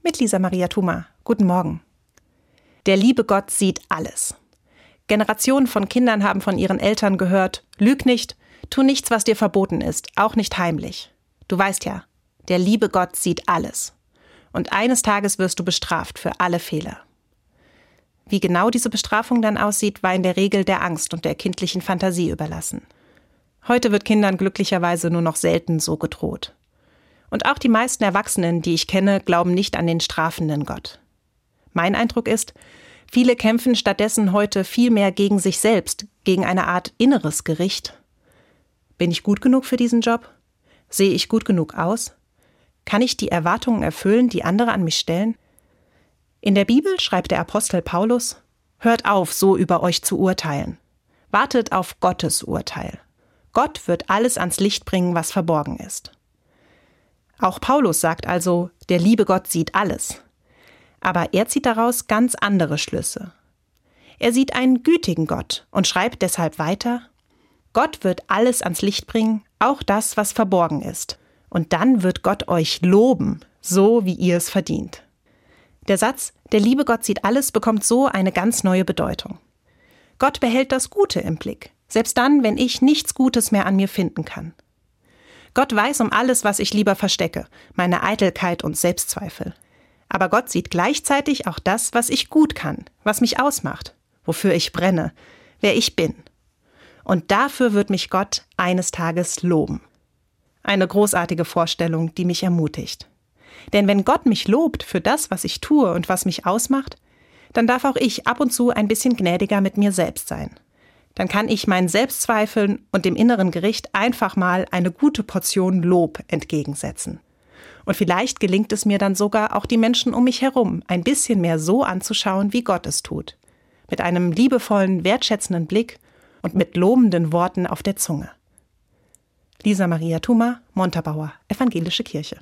mit Lisa Maria Thuma. Guten Morgen. Der liebe Gott sieht alles. Generationen von Kindern haben von ihren Eltern gehört: Lüg nicht, tu nichts, was dir verboten ist, auch nicht heimlich. Du weißt ja, der liebe Gott sieht alles. Und eines Tages wirst du bestraft für alle Fehler. Wie genau diese Bestrafung dann aussieht, war in der Regel der Angst und der kindlichen Fantasie überlassen. Heute wird Kindern glücklicherweise nur noch selten so gedroht. Und auch die meisten Erwachsenen, die ich kenne, glauben nicht an den strafenden Gott. Mein Eindruck ist, viele kämpfen stattdessen heute viel mehr gegen sich selbst, gegen eine Art inneres Gericht. Bin ich gut genug für diesen Job? Sehe ich gut genug aus? Kann ich die Erwartungen erfüllen, die andere an mich stellen? In der Bibel schreibt der Apostel Paulus: Hört auf, so über euch zu urteilen. Wartet auf Gottes Urteil. Gott wird alles ans Licht bringen, was verborgen ist. Auch Paulus sagt also, der liebe Gott sieht alles. Aber er zieht daraus ganz andere Schlüsse. Er sieht einen gütigen Gott und schreibt deshalb weiter: Gott wird alles ans Licht bringen, auch das, was verborgen ist. Und dann wird Gott euch loben, so wie ihr es verdient. Der Satz, der liebe Gott sieht alles, bekommt so eine ganz neue Bedeutung. Gott behält das Gute im Blick, selbst dann, wenn ich nichts Gutes mehr an mir finden kann. Gott weiß um alles, was ich lieber verstecke, meine Eitelkeit und Selbstzweifel. Aber Gott sieht gleichzeitig auch das, was ich gut kann, was mich ausmacht, wofür ich brenne, wer ich bin. Und dafür wird mich Gott eines Tages loben. Eine großartige Vorstellung, die mich ermutigt. Denn wenn Gott mich lobt für das, was ich tue und was mich ausmacht, dann darf auch ich ab und zu ein bisschen gnädiger mit mir selbst sein. Dann kann ich meinen Selbstzweifeln und dem inneren Gericht einfach mal eine gute Portion Lob entgegensetzen. Und vielleicht gelingt es mir dann sogar, auch die Menschen um mich herum ein bisschen mehr so anzuschauen, wie Gott es tut. Mit einem liebevollen, wertschätzenden Blick und mit lobenden Worten auf der Zunge. Lisa Maria Thuma, Montabaur, Evangelische Kirche.